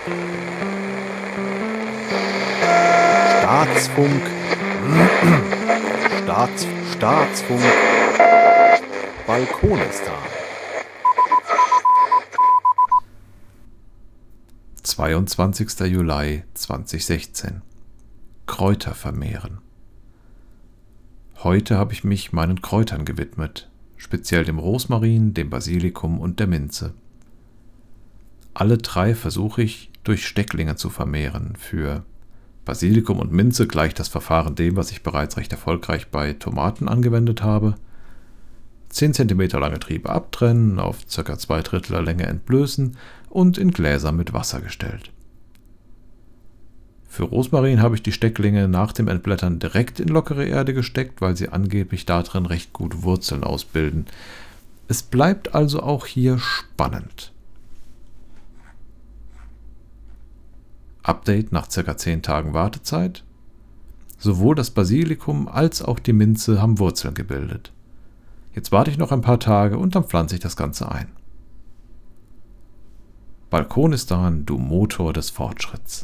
Staatsfunk. Staatsfunk. Balkonistan. 22. Juli 2016. Kräuter vermehren. Heute habe ich mich meinen Kräutern gewidmet, speziell dem Rosmarin, dem Basilikum und der Minze. Alle drei versuche ich durch Stecklinge zu vermehren. Für Basilikum und Minze gleicht das Verfahren dem, was ich bereits recht erfolgreich bei Tomaten angewendet habe. 10 cm lange Triebe abtrennen, auf ca. 2/3 Länge entblößen und in Gläser mit Wasser gestellt. Für Rosmarin habe ich die Stecklinge nach dem Entblättern direkt in lockere Erde gesteckt, weil sie angeblich darin recht gut Wurzeln ausbilden. Es bleibt also auch hier spannend. Update nach ca. 10 Tagen Wartezeit. Sowohl das Basilikum als auch die Minze haben Wurzeln gebildet. Jetzt warte ich noch ein paar Tage und dann pflanze ich das Ganze ein. Balkonistan, du Motor des Fortschritts.